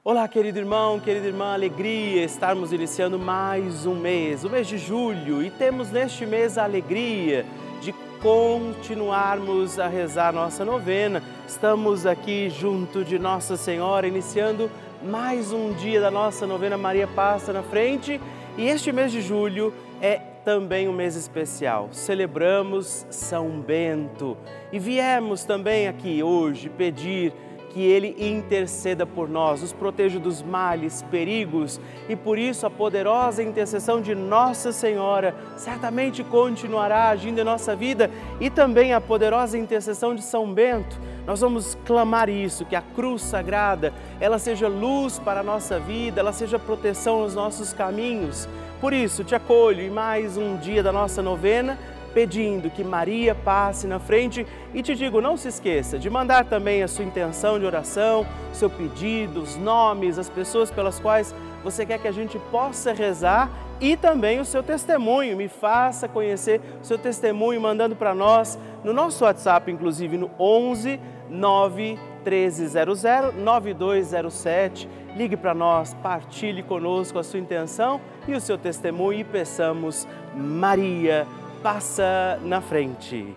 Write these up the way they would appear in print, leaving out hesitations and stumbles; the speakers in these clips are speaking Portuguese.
Olá, querido irmão, querida irmã, alegria estarmos iniciando mais um mês, o mês de julho, e temos neste mês a alegria de continuarmos a rezar nossa novena. Estamos aqui junto de Nossa Senhora, iniciando mais um dia da nossa novena Maria Passa na Frente, e este mês de julho é também um mês especial. Celebramos São Bento e viemos também aqui hoje pedir que Ele interceda por nós, nos proteja dos males, perigos, e por isso a poderosa intercessão de Nossa Senhora certamente continuará agindo em nossa vida, e também a poderosa intercessão de São Bento. Nós vamos clamar isso, que a cruz sagrada, ela seja luz para a nossa vida, ela seja proteção nos nossos caminhos. Por isso, te acolho em mais um dia da nossa novena, pedindo que Maria passe na frente, e te digo, não se esqueça de mandar também a sua intenção de oração, seu pedido, os nomes, as pessoas pelas quais você quer que a gente possa rezar, e também o seu testemunho. Me faça conhecer o seu testemunho mandando para nós no nosso WhatsApp, inclusive no 11 9 1300 9207. Ligue para nós, partilhe conosco a sua intenção e o seu testemunho e peçamos: Maria, passa na frente.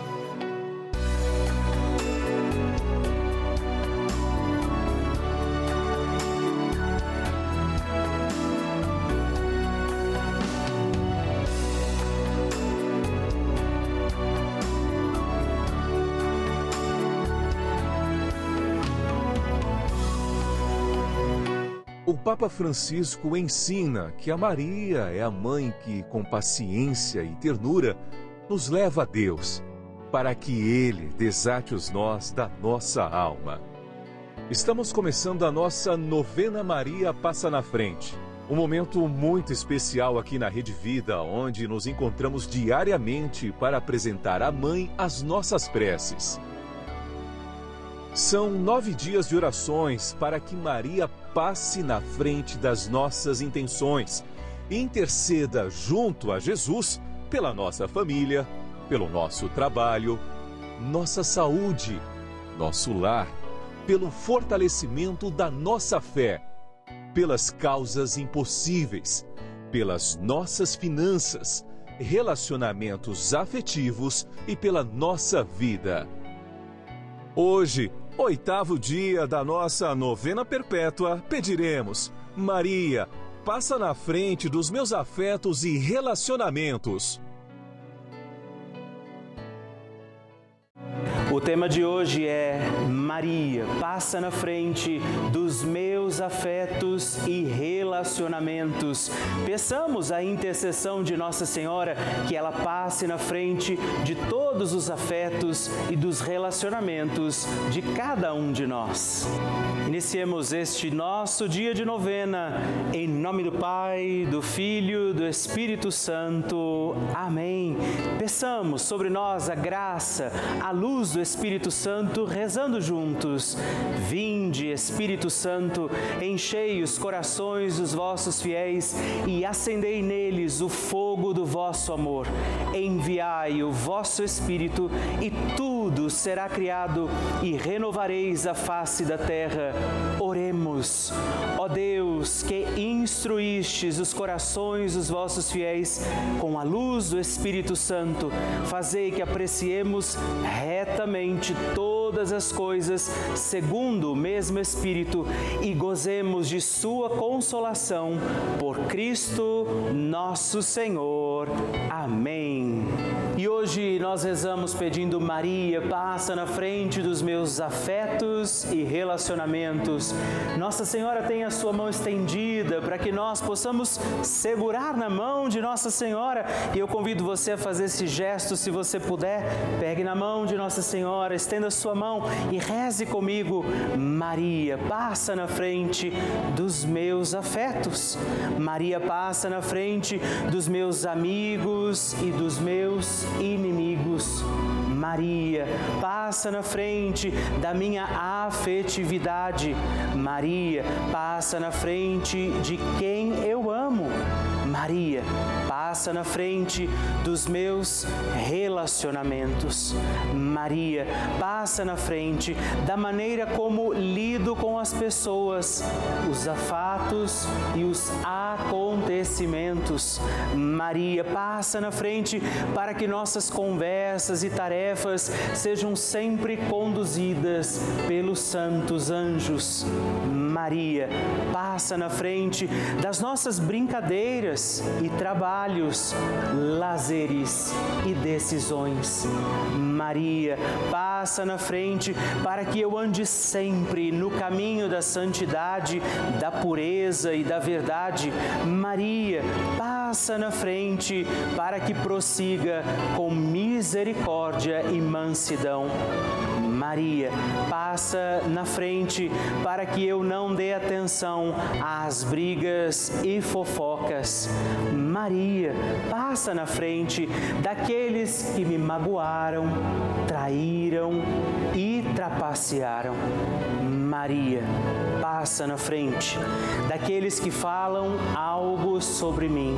O Papa Francisco ensina que a Maria é a mãe que, com paciência e ternura, nos leva a Deus, para que Ele desate os nós da nossa alma. Estamos começando a nossa novena Maria Passa na Frente, um momento muito especial aqui na Rede Vida, onde nos encontramos diariamente para apresentar à Mãe as nossas preces. São 9 dias de orações para que Maria passe na frente das nossas intenções e interceda junto a Jesus pela nossa família, pelo nosso trabalho, nossa saúde, nosso lar, pelo fortalecimento da nossa fé, pelas causas impossíveis, pelas nossas finanças, relacionamentos afetivos e pela nossa vida. Hoje, 8º dia da nossa novena perpétua, pediremos: Maria, passa na frente dos meus afetos e relacionamentos. O tema de hoje é Maria, passa na frente dos meus afetos e relacionamentos. Peçamos a intercessão de Nossa Senhora, que ela passe na frente de todos os afetos e dos relacionamentos de cada um de nós. Iniciemos este nosso dia de novena, em nome do Pai, do Filho, do Espírito Santo. Amém. Peçamos sobre nós a graça, a luz do Espírito Santo, rezando juntos. Vinde, Espírito Santo, enchei os corações dos vossos fiéis e acendei neles o fogo do vosso amor. Enviai o vosso Espírito e tudo será criado e renovareis a face da terra. Oremos. Ó Deus, que instruístes os corações dos vossos fiéis com a luz do Espírito Santo, fazei que apreciemos retamente todas as coisas segundo o mesmo Espírito e gozemos de sua consolação por Cristo nosso Senhor. Amém. E hoje nós rezamos pedindo: Maria, passa na frente dos meus afetos e relacionamentos. Nossa Senhora tem a sua mão estendida para que nós possamos segurar na mão de Nossa Senhora, e eu convido você a fazer esse gesto, se você puder. Pegue na mão de Nossa Senhora, estenda a sua mão e reze comigo: Maria, passa na frente dos meus afetos. Maria, passa na frente dos meus amigos e dos meus inimigos. Maria, passa na frente da minha afetividade. Maria, passa na frente de quem eu amo. Maria, passa na frente dos meus relacionamentos. Maria, passa na frente da maneira como lido com as pessoas, os fatos e os acontecimentos. Maria, passa na frente para que nossas conversas e tarefas sejam sempre conduzidas pelos santos anjos. Maria, passa na frente das nossas brincadeiras e trabalhos, lazeres e decisões. Maria, passa na frente para que eu ande sempre no caminho da santidade, da pureza e da verdade. Maria, passa na frente para que prossiga com misericórdia e mansidão. Maria, passa na frente para que eu não dê atenção às brigas e fofocas. Maria, passa na frente daqueles que me magoaram, traíram e trapacearam. Maria, passa na frente daqueles que falam algo sobre mim.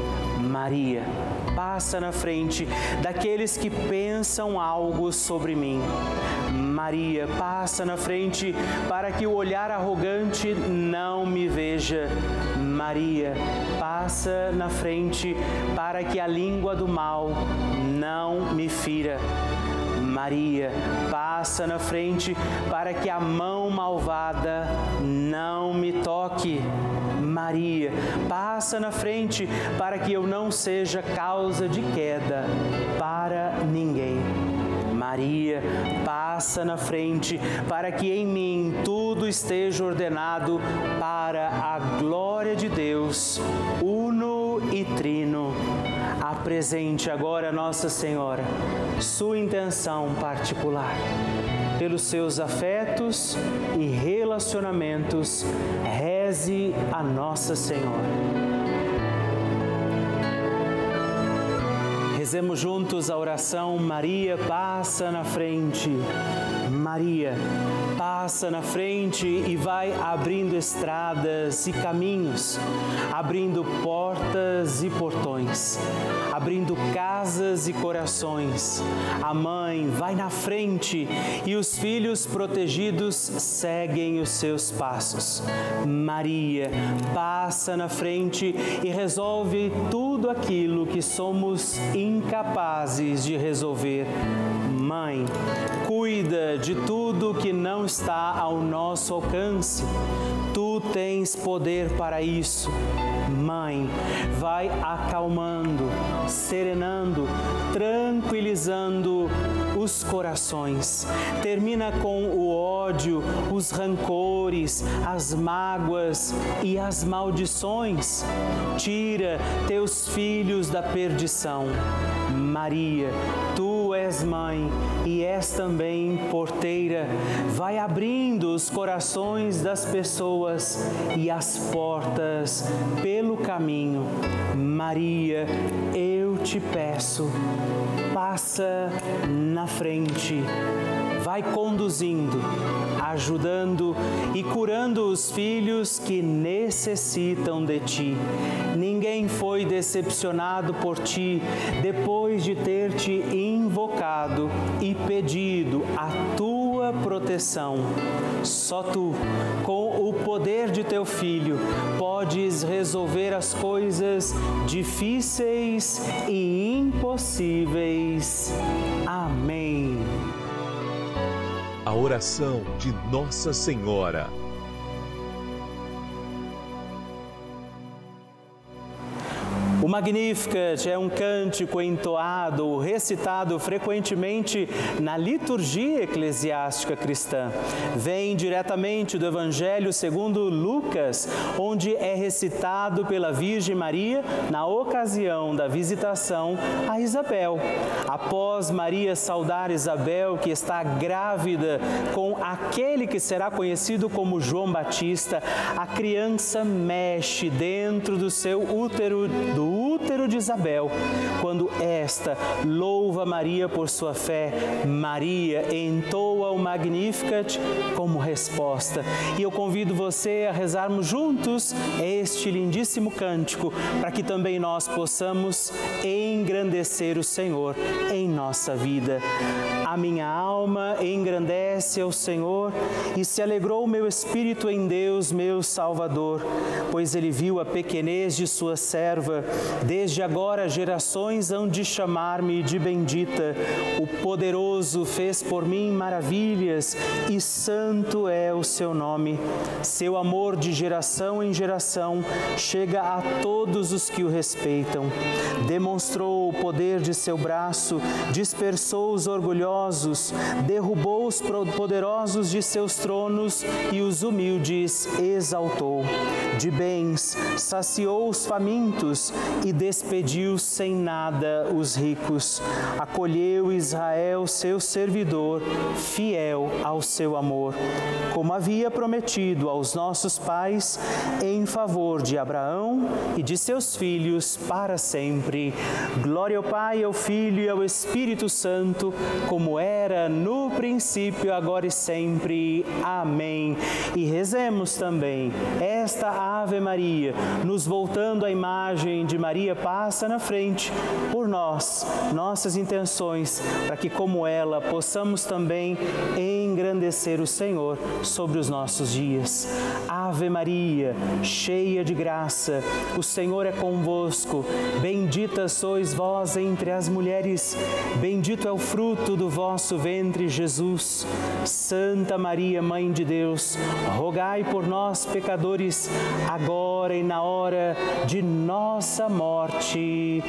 Maria, passa na frente daqueles que pensam algo sobre mim. Maria, passa na frente para que o olhar arrogante não me veja. Maria, passa na frente para que a língua do mal não me fira. Maria, passa na frente para que a mão malvada não me toque. Maria, passa na frente para que eu não seja causa de queda para ninguém. Maria, passa na frente para que em mim tudo esteja ordenado para a glória de Deus, uno e trino. Apresente agora, Nossa Senhora, sua intenção particular. Pelos seus afetos e relacionamentos, reze a Nossa Senhora. Rezemos juntos a oração Maria passa na frente. Maria passa na frente e vai abrindo estradas e caminhos, abrindo portas e portões, abrindo casas e corações. A mãe vai na frente e os filhos protegidos seguem os seus passos. Maria passa na frente e resolve tudo aquilo que somos incapazes de resolver. Mãe, cuida de tudo que não está ao nosso alcance. Tu tens poder para isso. Mãe, vai acalmando, serenando, tranquilizando os corações. Termina com o ódio, os rancores, as mágoas e as maldições. Tira teus filhos da perdição. Maria, tu és mãe e és também porteira. Vai abrindo os corações das pessoas e as portas pelo caminho. Maria, eu te peço, passa na frente. Vai conduzindo, ajudando e curando os filhos que necessitam de ti. Ninguém foi decepcionado por ti depois de ter te invocado e pedido a tua proteção. Só tu, com o poder de teu Filho, podes resolver as coisas difíceis e impossíveis. Amém. A oração de Nossa Senhora. O Magnificat é um cântico entoado, recitado frequentemente na liturgia eclesiástica cristã. Vem diretamente do Evangelho segundo Lucas, onde é recitado pela Virgem Maria na ocasião da visitação a Isabel. Após Maria saudar Isabel, que está grávida com aquele que será conhecido como João Batista, a criança mexe dentro do seu útero útero de Isabel. Quando esta louva Maria por sua fé, Maria entoa o Magnificat como resposta. E eu convido você a rezarmos juntos este lindíssimo cântico, para que também nós possamos engrandecer o Senhor em nossa vida. A minha alma engrandece ao Senhor e se alegrou o meu espírito em Deus, meu Salvador, pois Ele viu a pequenez de sua serva. Desde agora gerações hão de chamar-me de bendita. O poderoso fez por mim maravilhas e santo é o seu nome. Seu amor de geração em geração chega a todos os que o respeitam. Demonstrou o poder de seu braço, dispersou os orgulhosos, derrubou os poderosos de seus tronos e os humildes exaltou. De bens saciou os famintos e despediu sem nada os ricos. Acolheu Israel, seu servidor, fiel ao seu amor, como havia prometido aos nossos pais, em favor de Abraão e de seus filhos para sempre. Glória ao Pai, ao Filho e ao Espírito Santo, como era no princípio, agora e sempre. Amém. E rezemos também esta Ave Maria, nos voltando à imagem de Maria passa na frente, por nós, nossas intenções, para que como ela possamos também engrandecer o Senhor sobre os nossos dias. Ave Maria, cheia de graça, o Senhor é convosco. Bendita sois vós entre as mulheres, bendito é o fruto do vosso ventre, Jesus. Santa Maria, Mãe de Deus, rogai por nós, pecadores, agora e na hora de nossa morte.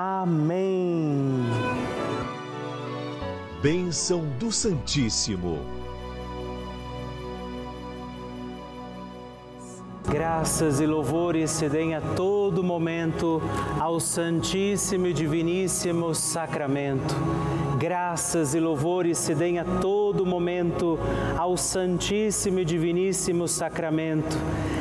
Amém. Bênção do Santíssimo. Graças e louvores se deem a todo momento ao Santíssimo e Diviníssimo Sacramento. Graças e louvores se deem a todo momento ao Santíssimo e Diviníssimo Sacramento.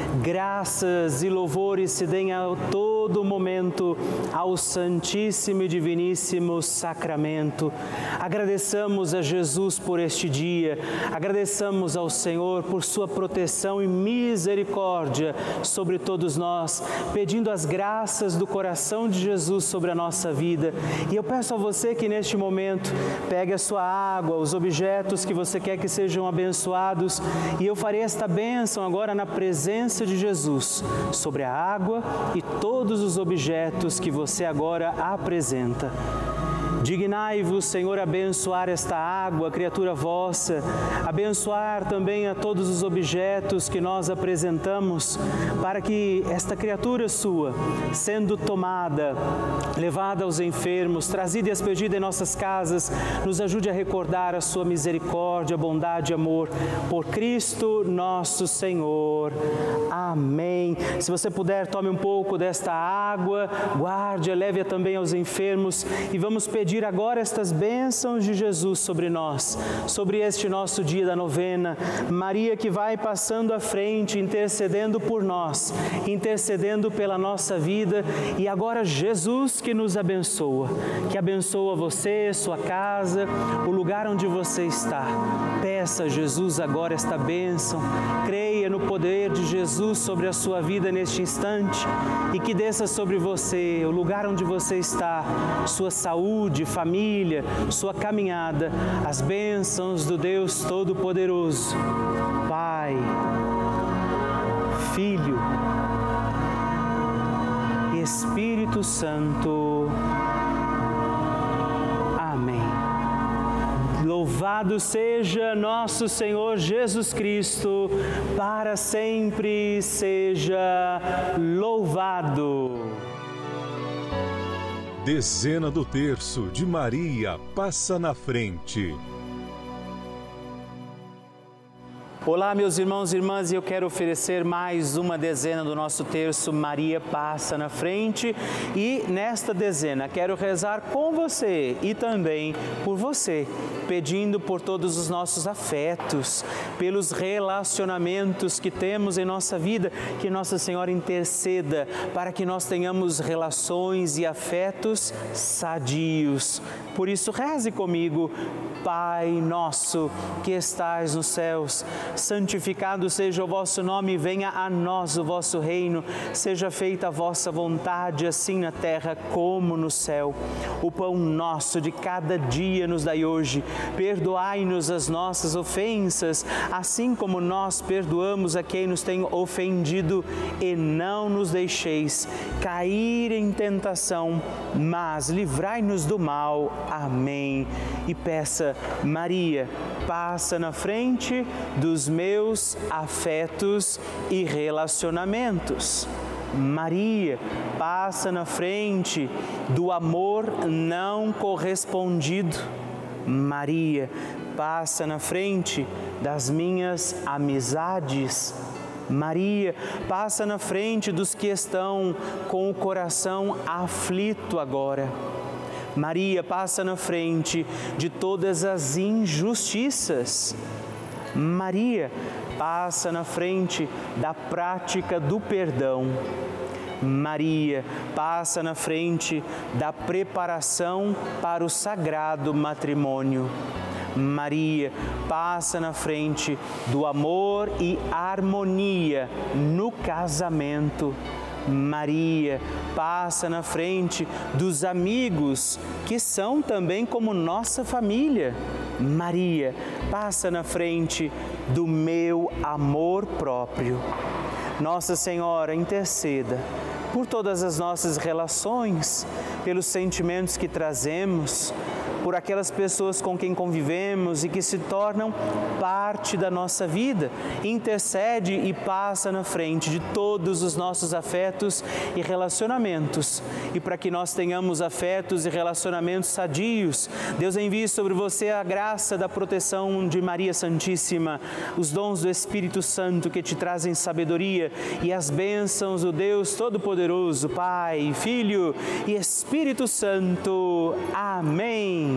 Graças e louvores se deem a todo momento ao Santíssimo e Diviníssimo Sacramento. Agradeçamos a Jesus por este dia, agradeçamos ao Senhor por sua proteção e misericórdia sobre todos nós, pedindo as graças do coração de Jesus sobre a nossa vida. E eu peço a você que neste momento pegue a sua água, os objetos que você quer que sejam abençoados, e eu farei esta bênção agora na presença de Jesus sobre a água e todos os objetos que você agora apresenta. Dignai-vos, Senhor, abençoar esta água, criatura vossa, abençoar também a todos os objetos que nós apresentamos, para que esta criatura sua, sendo tomada, levada aos enfermos, trazida e expedida em nossas casas, nos ajude a recordar a sua misericórdia, bondade e amor, por Cristo nosso Senhor. Amém. Se você puder, tome um pouco desta água, guarde-a, leve-a também aos enfermos e vamos pedir agora estas bênçãos de Jesus sobre nós, sobre este nosso dia da novena. Maria que vai passando à frente, intercedendo por nós, intercedendo pela nossa vida, e agora Jesus que nos abençoa, que abençoa você, sua casa, o lugar onde você está. Peça a Jesus agora esta bênção, creia no poder de Jesus sobre a sua vida neste instante e que desça sobre você, o lugar onde você está, sua saúde, família, sua caminhada, as bênçãos do Deus Todo-Poderoso, Pai, Filho, Espírito Santo. Amém. Louvado seja nosso Senhor Jesus Cristo, para sempre seja louvado. Dezena do terço de Maria passa na frente. Olá, meus irmãos e irmãs, e eu quero oferecer mais uma dezena do nosso terço Maria Passa na Frente. E nesta dezena quero rezar com você e também por você, pedindo por todos os nossos afetos, pelos relacionamentos que temos em nossa vida, que Nossa Senhora interceda para que nós tenhamos relações e afetos sadios. Por isso, reze comigo. Pai nosso que estais nos céus, santificado seja o vosso nome, venha a nós o vosso reino, seja feita a vossa vontade, assim na terra como no céu. O pão nosso de cada dia nos dai hoje, perdoai-nos as nossas ofensas, assim como nós perdoamos a quem nos tem ofendido, e não nos deixeis cair em tentação, mas livrai-nos do mal. Amém. E peça: Maria, passa na frente dos meus afetos e relacionamentos. Maria, passa na frente do amor não correspondido. Maria, passa na frente das minhas amizades. Maria, passa na frente dos que estão com o coração aflito agora. Maria, passa na frente de todas as injustiças. Maria, passa na frente da prática do perdão. Maria, passa na frente da preparação para o sagrado matrimônio. Maria, passa na frente do amor e harmonia no casamento. Maria, passa na frente dos amigos que são também como nossa família. Maria, passa na frente do meu amor próprio. Nossa Senhora, interceda por todas as nossas relações, pelos sentimentos que trazemos, por aquelas pessoas com quem convivemos e que se tornam parte da nossa vida. Intercede e passa na frente de todos os nossos afetos e relacionamentos. E para que nós tenhamos afetos e relacionamentos sadios, Deus envie sobre você a graça da proteção de Maria Santíssima, os dons do Espírito Santo que te trazem sabedoria e as bênçãos do Deus Todo-Poderoso, Pai, Filho e Espírito Santo. Amém.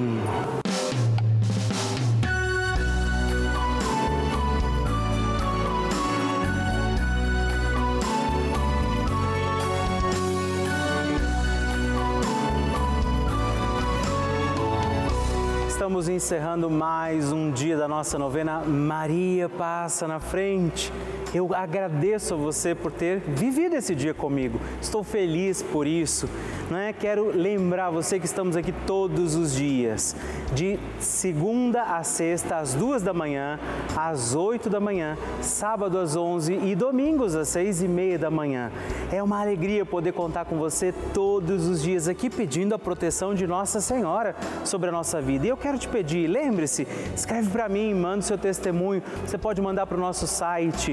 Estamos encerrando mais um dia da nossa novena Maria Passa na Frente. Eu agradeço a você por ter vivido esse dia comigo. Estou feliz por isso. Quero lembrar você que estamos aqui todos os dias, de segunda a sexta, às 2 da manhã, às 8 da manhã, sábado às 11 e domingos às 6h30 da manhã. É uma alegria poder contar com você todos os dias aqui, pedindo a proteção de Nossa Senhora sobre a nossa vida. E eu quero te pedir, lembre-se, escreve para mim, manda o seu testemunho. Você pode mandar para o nosso site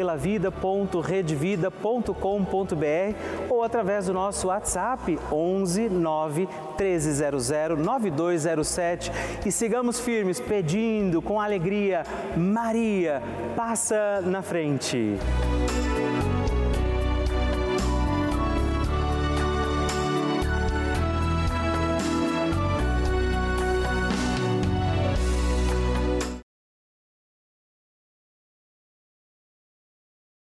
pelavida.redvida.com.br ou através do nosso WhatsApp 11 9 1300 9207 e sigamos firmes pedindo com alegria: Maria, passa na frente.